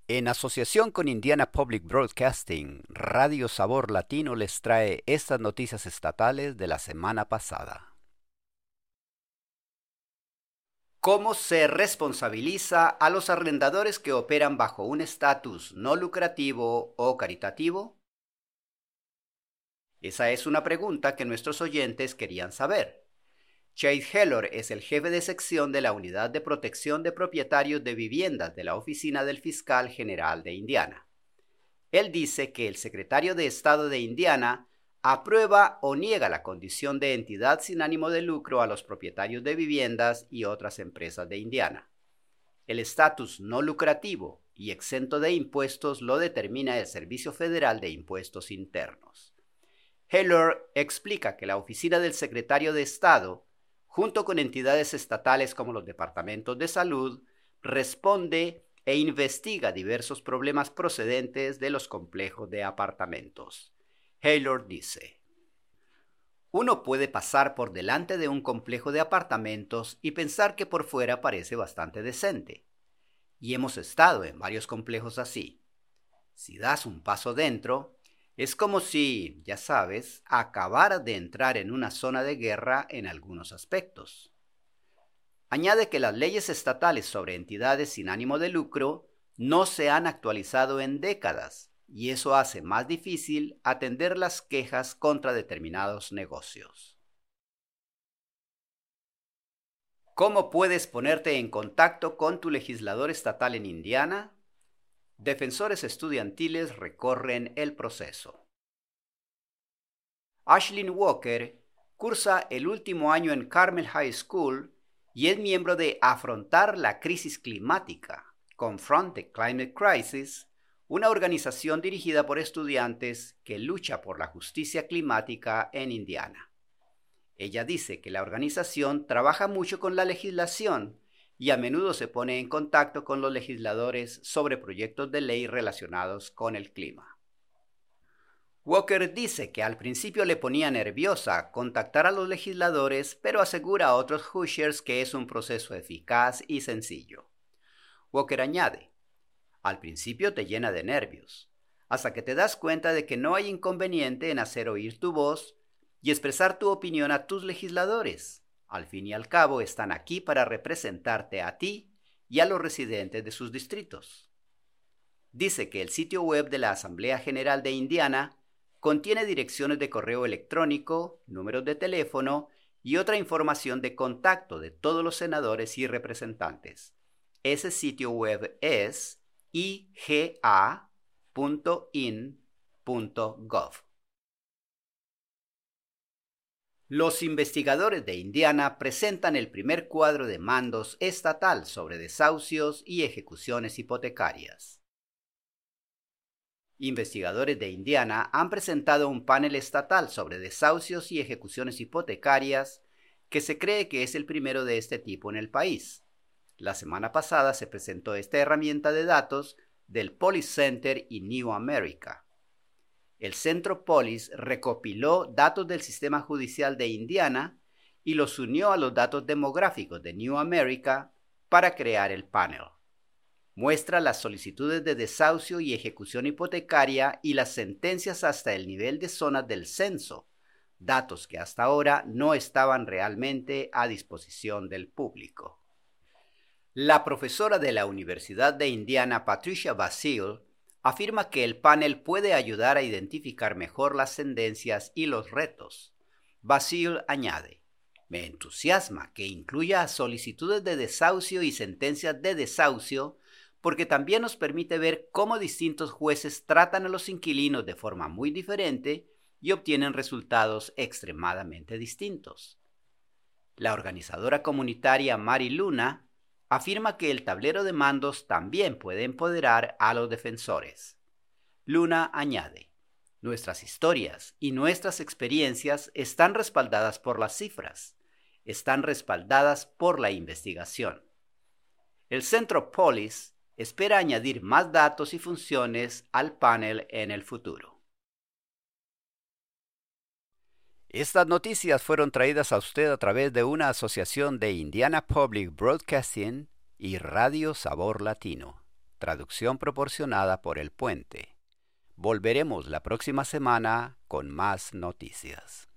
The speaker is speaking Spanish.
En asociación con Indiana Public Broadcasting, Radio Sabor Latino les trae estas noticias estatales de la semana pasada. ¿Cómo se responsabiliza a los arrendadores que operan bajo un estatus no lucrativo o caritativo? Esa es una pregunta que nuestros oyentes querían saber. Chase Heller es el jefe de sección de la Unidad de Protección de Propietarios de Viviendas de la Oficina del Fiscal General de Indiana. Él dice que el secretario de Estado de Indiana aprueba o niega la condición de entidad sin ánimo de lucro a los propietarios de viviendas y otras empresas de Indiana. El estatus no lucrativo y exento de impuestos lo determina el Servicio Federal de Impuestos Internos. Heller explica que la oficina del secretario de Estado, junto con entidades estatales como los departamentos de salud, responde e investiga diversos problemas procedentes de los complejos de apartamentos. Heller dice: uno puede pasar por delante de un complejo de apartamentos y pensar que por fuera parece bastante decente. Y hemos estado en varios complejos así. Si das un paso dentro, es como si, ya sabes, acabaras de entrar en una zona de guerra en algunos aspectos. Añade que las leyes estatales sobre entidades sin ánimo de lucro no se han actualizado en décadas, y eso hace más difícil atender las quejas contra determinados negocios. ¿Cómo puedes ponerte en contacto con tu legislador estatal en Indiana? Defensores estudiantiles recorren el proceso. Ashlyn Walker cursa el último año en Carmel High School y es miembro de Afrontar la Crisis Climática, Confront the Climate Crisis, una organización dirigida por estudiantes que lucha por la justicia climática en Indiana. Ella dice que la organización trabaja mucho con la legislación y a menudo se pone en contacto con los legisladores sobre proyectos de ley relacionados con el clima. Walker dice que al principio le ponía nerviosa contactar a los legisladores, pero asegura a otros Hoosiers que es un proceso eficaz y sencillo. Walker añade: al principio te llena de nervios, hasta que te das cuenta de que no hay inconveniente en hacer oír tu voz y expresar tu opinión a tus legisladores. Al fin y al cabo están aquí para representarte a ti y a los residentes de sus distritos. Dice que el sitio web de la Asamblea General de Indiana contiene direcciones de correo electrónico, números de teléfono y otra información de contacto de todos los senadores y representantes. Ese sitio web es iga.in.gov. Los investigadores de Indiana presentan el primer cuadro de mandos estatal sobre desahucios y ejecuciones hipotecarias. Investigadores de Indiana han presentado un panel estatal sobre desahucios y ejecuciones hipotecarias que se cree que es el primero de este tipo en el país. La semana pasada se presentó esta herramienta de datos del Police Center y New America. El Centro Police recopiló datos del sistema judicial de Indiana y los unió a los datos demográficos de New America para crear el panel. Muestra las solicitudes de desahucio y ejecución hipotecaria y las sentencias hasta el nivel de zonas del censo, datos que hasta ahora no estaban realmente a disposición del público. La profesora de la Universidad de Indiana, Patricia Basile, afirma que el panel puede ayudar a identificar mejor las tendencias y los retos. Basile añade: me entusiasma que incluya solicitudes de desahucio y sentencias de desahucio porque también nos permite ver cómo distintos jueces tratan a los inquilinos de forma muy diferente y obtienen resultados extremadamente distintos. La organizadora comunitaria Mary Luna afirma que el tablero de mandos también puede empoderar a los defensores. Luna añade: nuestras historias y nuestras experiencias están respaldadas por las cifras, están respaldadas por la investigación. El Centro Police espera añadir más datos y funciones al panel en el futuro. Estas noticias fueron traídas a usted a través de una asociación de Indiana Public Broadcasting y Radio Sabor Latino. traducción proporcionada por El Puente. Volveremos la próxima semana con más noticias.